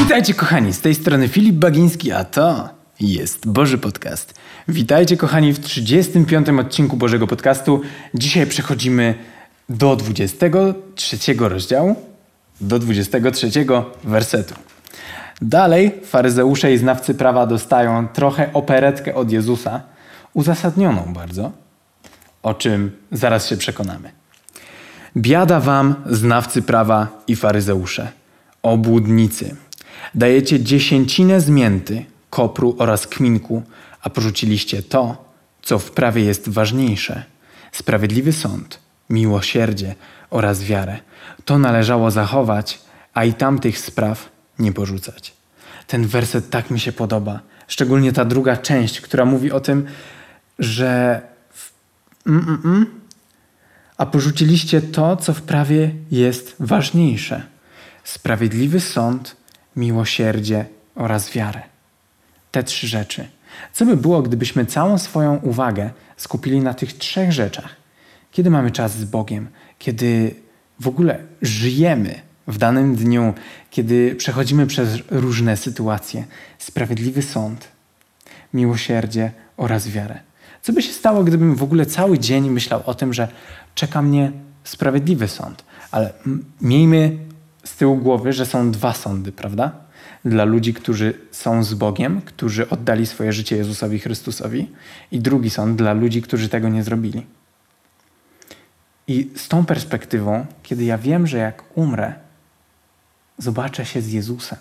Witajcie kochani, z tej strony Filip Bagiński, a to jest Boży Podcast. Witajcie kochani w 35. odcinku Bożego Podcastu. Dzisiaj przechodzimy do 23 rozdziału, do 23 wersetu. Dalej faryzeusze i znawcy prawa dostają trochę operetkę od Jezusa, uzasadnioną bardzo, o czym zaraz się przekonamy. Biada wam, znawcy prawa i faryzeusze, obłudnicy. Dajecie dziesięcinę z mięty, kopru oraz kminku, a porzuciliście to, co w prawie jest ważniejsze. Sprawiedliwy sąd, miłosierdzie oraz wiarę. To należało zachować, a i tamtych spraw nie porzucać. Ten werset tak mi się podoba. Szczególnie ta druga część, która mówi o tym, że a porzuciliście to, co w prawie jest ważniejsze. Sprawiedliwy sąd, miłosierdzie oraz wiarę. Te trzy rzeczy. Co by było, gdybyśmy całą swoją uwagę skupili na tych trzech rzeczach? Kiedy mamy czas z Bogiem, kiedy w ogóle żyjemy w danym dniu, kiedy przechodzimy przez różne sytuacje. Sprawiedliwy sąd, miłosierdzie oraz wiarę. Co by się stało, gdybym w ogóle cały dzień myślał o tym, że czeka mnie sprawiedliwy sąd? Ale miejmy z tyłu głowy, że są dwa sądy, prawda? Dla ludzi, którzy są z Bogiem, którzy oddali swoje życie Jezusowi Chrystusowi, i drugi sąd dla ludzi, którzy tego nie zrobili. I z tą perspektywą, kiedy ja wiem, że jak umrę, zobaczę się z Jezusem.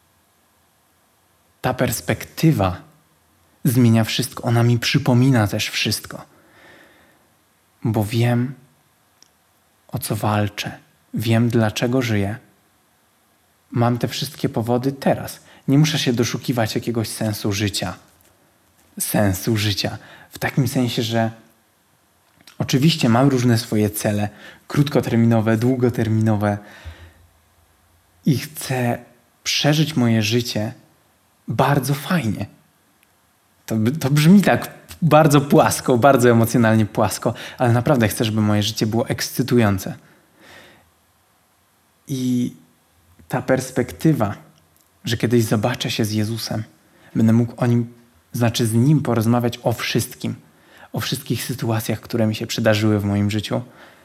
Ta perspektywa zmienia wszystko. Ona mi przypomina też wszystko. Bo wiem, o co walczę. Wiem, dlaczego żyję. Mam te wszystkie powody teraz. Nie muszę się doszukiwać jakiegoś sensu życia. Sensu życia. W takim sensie, że oczywiście mam różne swoje cele. Krótkoterminowe, długoterminowe. I chcę przeżyć moje życie bardzo fajnie. To brzmi tak bardzo płasko, bardzo emocjonalnie płasko, ale naprawdę chcę, żeby moje życie było ekscytujące. I ta perspektywa, że kiedyś zobaczę się z Jezusem, będę mógł z Nim porozmawiać o wszystkim, o wszystkich sytuacjach, które mi się przydarzyły w moim życiu,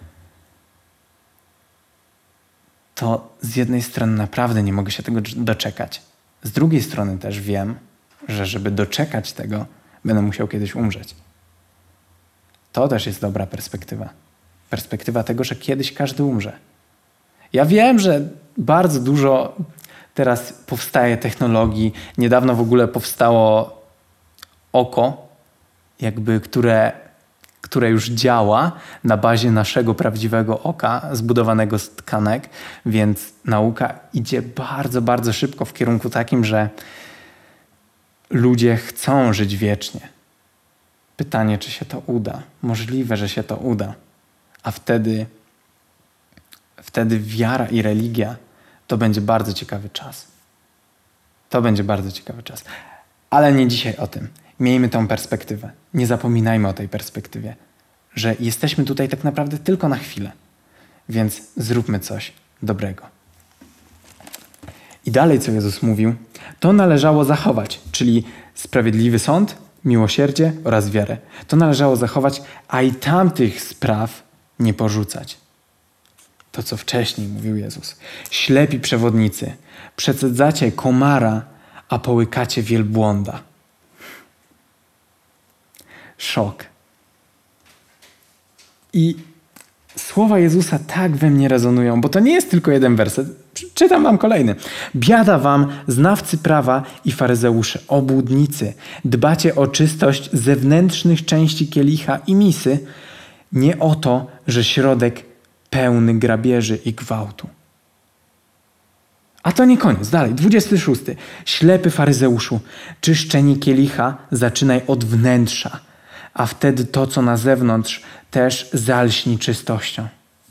to z jednej strony naprawdę nie mogę się tego doczekać. Z drugiej strony też wiem, że żeby doczekać tego, będę musiał kiedyś umrzeć. To też jest dobra perspektywa. Perspektywa tego, że kiedyś każdy umrze. Ja wiem, że bardzo dużo teraz powstaje technologii. Niedawno w ogóle powstało oko, które już działa na bazie naszego prawdziwego oka, zbudowanego z tkanek, więc nauka idzie bardzo, bardzo szybko w kierunku takim, że ludzie chcą żyć wiecznie. Pytanie, czy się to uda? Możliwe, że się to uda. A wtedy wiara i religia to będzie bardzo ciekawy czas. To będzie bardzo ciekawy czas. Ale nie dzisiaj o tym. Miejmy tą perspektywę. Nie zapominajmy o tej perspektywie, że jesteśmy tutaj tak naprawdę tylko na chwilę. Więc zróbmy coś dobrego. I dalej, co Jezus mówił, to należało zachować, czyli sprawiedliwy sąd, miłosierdzie oraz wiarę. To należało zachować, a i tamtych spraw nie porzucać. To, co wcześniej mówił Jezus. Ślepi przewodnicy, przecedzacie komara, a połykacie wielbłąda. Szok. I słowa Jezusa tak we mnie rezonują, bo to nie jest tylko jeden werset. Czytam wam kolejny. Biada wam, znawcy prawa i faryzeusze, obłudnicy. Dbacie o czystość zewnętrznych części kielicha i misy, nie o to, że środek pełny grabieży i gwałtu. A to nie koniec. Dalej, 26. Ślepy faryzeuszu, czyszczenie kielicha zaczynaj od wnętrza, a wtedy to, co na zewnątrz, też zalśni czystością.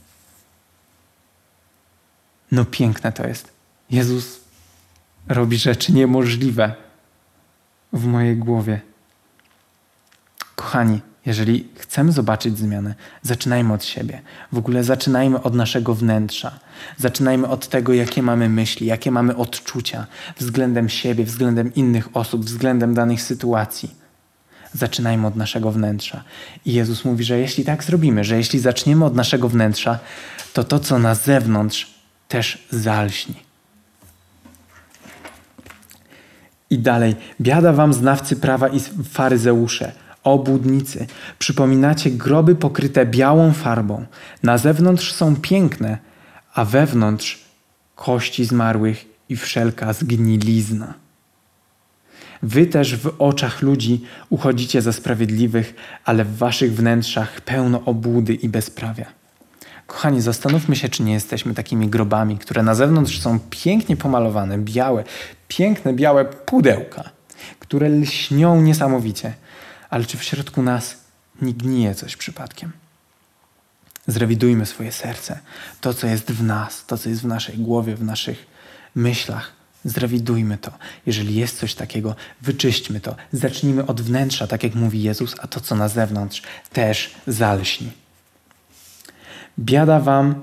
No piękne to jest. Jezus robi rzeczy niemożliwe w mojej głowie. Kochani, Jeżeli chcemy zobaczyć zmianę, zaczynajmy od siebie. W ogóle zaczynajmy od naszego wnętrza. Zaczynajmy od tego, jakie mamy myśli, jakie mamy odczucia względem siebie, względem innych osób, względem danych sytuacji. Zaczynajmy od naszego wnętrza. I Jezus mówi, że jeśli tak zrobimy, że jeśli zaczniemy od naszego wnętrza, to to, co na zewnątrz, też zalśni. I dalej. Biada wam, znawcy prawa i faryzeusze, obłudnicy. Przypominacie groby pokryte białą farbą. Na zewnątrz są piękne, a wewnątrz kości zmarłych i wszelka zgnilizna. Wy też w oczach ludzi uchodzicie za sprawiedliwych, ale w waszych wnętrzach pełno obłudy i bezprawia. Kochani, zastanówmy się, czy nie jesteśmy takimi grobami, które na zewnątrz są pięknie pomalowane, białe, piękne białe pudełka, które lśnią niesamowicie, ale czy w środku nas nie gnije coś przypadkiem? Zrewidujmy swoje serce. To, co jest w nas, to, co jest w naszej głowie, w naszych myślach, zrewidujmy to. Jeżeli jest coś takiego, wyczyśćmy to. Zacznijmy od wnętrza, tak jak mówi Jezus, a to, co na zewnątrz, też zalśni. Biada wam,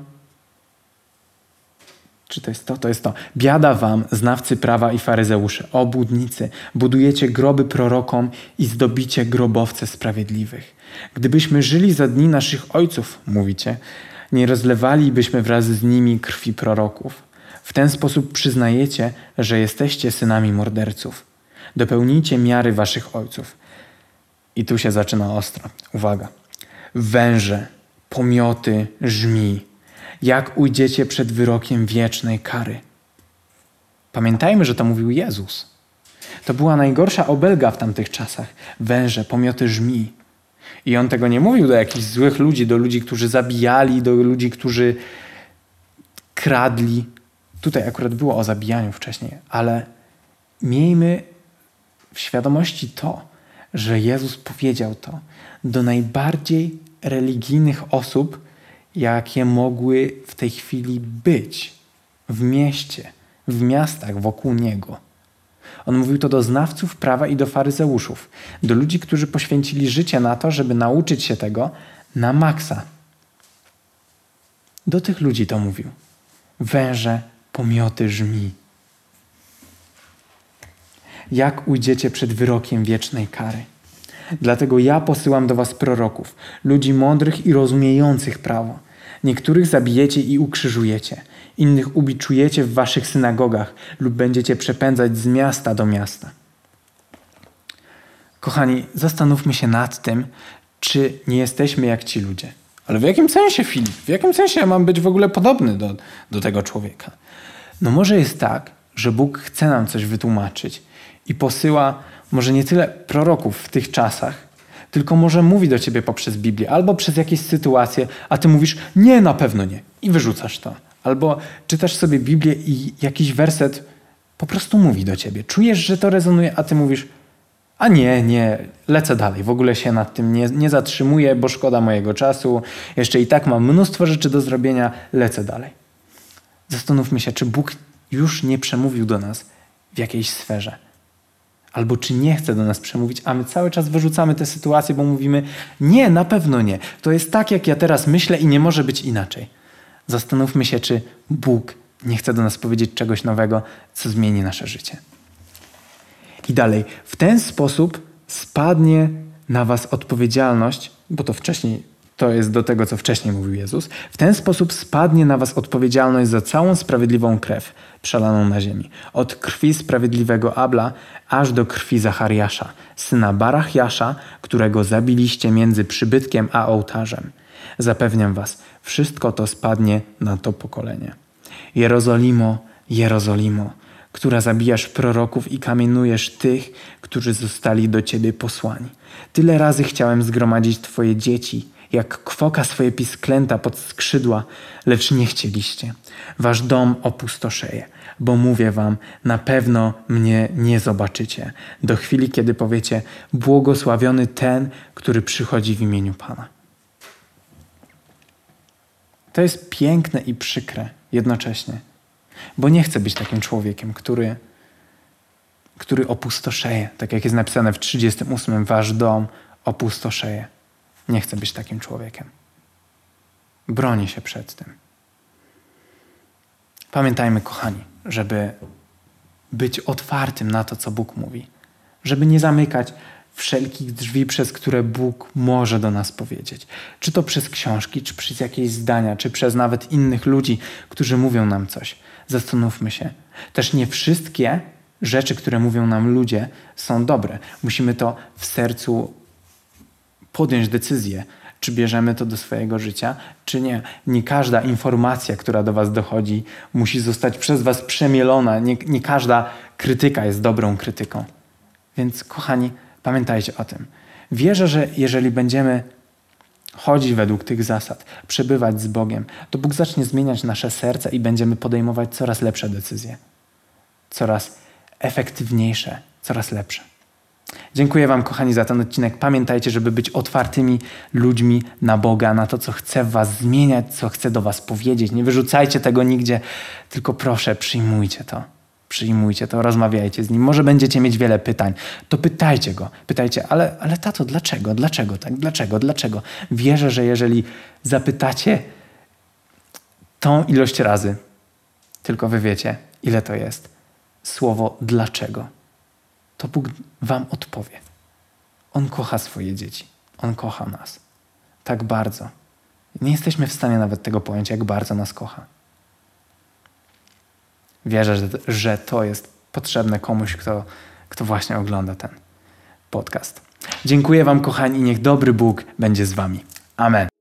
czy to jest to? To jest to. Biada wam, znawcy prawa i faryzeusze, obłudnicy, budujecie groby prorokom i zdobicie grobowce sprawiedliwych. Gdybyśmy żyli za dni naszych ojców, mówicie, nie rozlewalibyśmy wraz z nimi krwi proroków. W ten sposób przyznajecie, że jesteście synami morderców. Dopełnijcie miary waszych ojców. I tu się zaczyna ostro. Uwaga. Węże, pomioty, żmij. Jak ujdziecie przed wyrokiem wiecznej kary? Pamiętajmy, że to mówił Jezus. To była najgorsza obelga w tamtych czasach. Węże, pomioty, żmij. I on tego nie mówił do jakichś złych ludzi, do ludzi, którzy zabijali, do ludzi, którzy kradli. Tutaj akurat było o zabijaniu wcześniej, ale miejmy w świadomości to, że Jezus powiedział to do najbardziej religijnych osób, jakie mogły w tej chwili być w mieście, w miastach wokół Niego. On mówił to do znawców prawa i do faryzeuszów, do ludzi, którzy poświęcili życie na to, żeby nauczyć się tego na maksa. Do tych ludzi to mówił. Węże, pomioty, żmij. Jak ujdziecie przed wyrokiem wiecznej kary? Dlatego ja posyłam do was proroków, ludzi mądrych i rozumiejących prawo. Niektórych zabijecie i ukrzyżujecie, innych ubiczujecie w waszych synagogach lub będziecie przepędzać z miasta do miasta. Kochani, zastanówmy się nad tym, czy nie jesteśmy jak ci ludzie. Ale w jakim sensie, Filip? W jakim sensie ja mam być w ogóle podobny do tego człowieka? No może jest tak, że Bóg chce nam coś wytłumaczyć i posyła może nie tyle proroków w tych czasach, tylko może mówi do ciebie poprzez Biblię albo przez jakieś sytuacje, a ty mówisz nie, na pewno nie i wyrzucasz to. Albo czytasz sobie Biblię i jakiś werset po prostu mówi do ciebie. Czujesz, że to rezonuje, a ty mówisz a nie, lecę dalej, w ogóle się nad tym nie zatrzymuję, bo szkoda mojego czasu, jeszcze i tak mam mnóstwo rzeczy do zrobienia, lecę dalej. Zastanówmy się, czy Bóg już nie przemówił do nas w jakiejś sferze. Albo czy nie chce do nas przemówić, a my cały czas wyrzucamy tę sytuację, bo mówimy nie, na pewno nie. To jest tak, jak ja teraz myślę i nie może być inaczej. Zastanówmy się, czy Bóg nie chce do nas powiedzieć czegoś nowego, co zmieni nasze życie. I dalej, w ten sposób spadnie na was odpowiedzialność, bo to jest do tego, co wcześniej mówił Jezus. W ten sposób spadnie na was odpowiedzialność za całą sprawiedliwą krew przelaną na ziemi. Od krwi sprawiedliwego Abla, aż do krwi Zachariasza, syna Barachjasza, którego zabiliście między przybytkiem a ołtarzem. Zapewniam was, wszystko to spadnie na to pokolenie. Jerozolimo, Jerozolimo, która zabijasz proroków i kamienujesz tych, którzy zostali do ciebie posłani. Tyle razy chciałem zgromadzić twoje dzieci, jak kwoka swoje pisklęta pod skrzydła, lecz nie chcieliście. Wasz dom opustoszeje, bo mówię wam, na pewno mnie nie zobaczycie, do chwili, kiedy powiecie, błogosławiony ten, który przychodzi w imieniu Pana. To jest piękne i przykre jednocześnie, bo nie chcę być takim człowiekiem, który opustoszeje, tak jak jest napisane w 38, wasz dom opustoszeje. Nie chcę być takim człowiekiem. Bronię się przed tym. Pamiętajmy, kochani, żeby być otwartym na to, co Bóg mówi. Żeby nie zamykać wszelkich drzwi, przez które Bóg może do nas powiedzieć. Czy to przez książki, czy przez jakieś zdania, czy przez nawet innych ludzi, którzy mówią nam coś. Zastanówmy się. Też nie wszystkie rzeczy, które mówią nam ludzie, są dobre. Musimy to w sercu podjąć decyzję, czy bierzemy to do swojego życia, czy nie. Nie każda informacja, która do was dochodzi, musi zostać przez was przemielona. Nie każda krytyka jest dobrą krytyką. Więc kochani, pamiętajcie o tym. Wierzę, że jeżeli będziemy chodzić według tych zasad, przebywać z Bogiem, to Bóg zacznie zmieniać nasze serca i będziemy podejmować coraz lepsze decyzje. Coraz efektywniejsze, coraz lepsze. Dziękuję wam, kochani, za ten odcinek. Pamiętajcie, żeby być otwartymi ludźmi na Boga, na to, co chce w was zmieniać, co chce do was powiedzieć. Nie wyrzucajcie tego nigdzie, tylko proszę, przyjmujcie to. Przyjmujcie to, rozmawiajcie z Nim. Może będziecie mieć wiele pytań. To pytajcie Go. Pytajcie, ale tato, dlaczego? Dlaczego tak? Dlaczego? Wierzę, że jeżeli zapytacie tą ilość razy, tylko wy wiecie, ile to jest, słowo dlaczego, to Bóg wam odpowie. On kocha swoje dzieci. On kocha nas. Tak bardzo. Nie jesteśmy w stanie nawet tego pojąć, jak bardzo nas kocha. Wierzę, że to jest potrzebne komuś, kto właśnie ogląda ten podcast. Dziękuję wam, kochani, i niech dobry Bóg będzie z wami. Amen.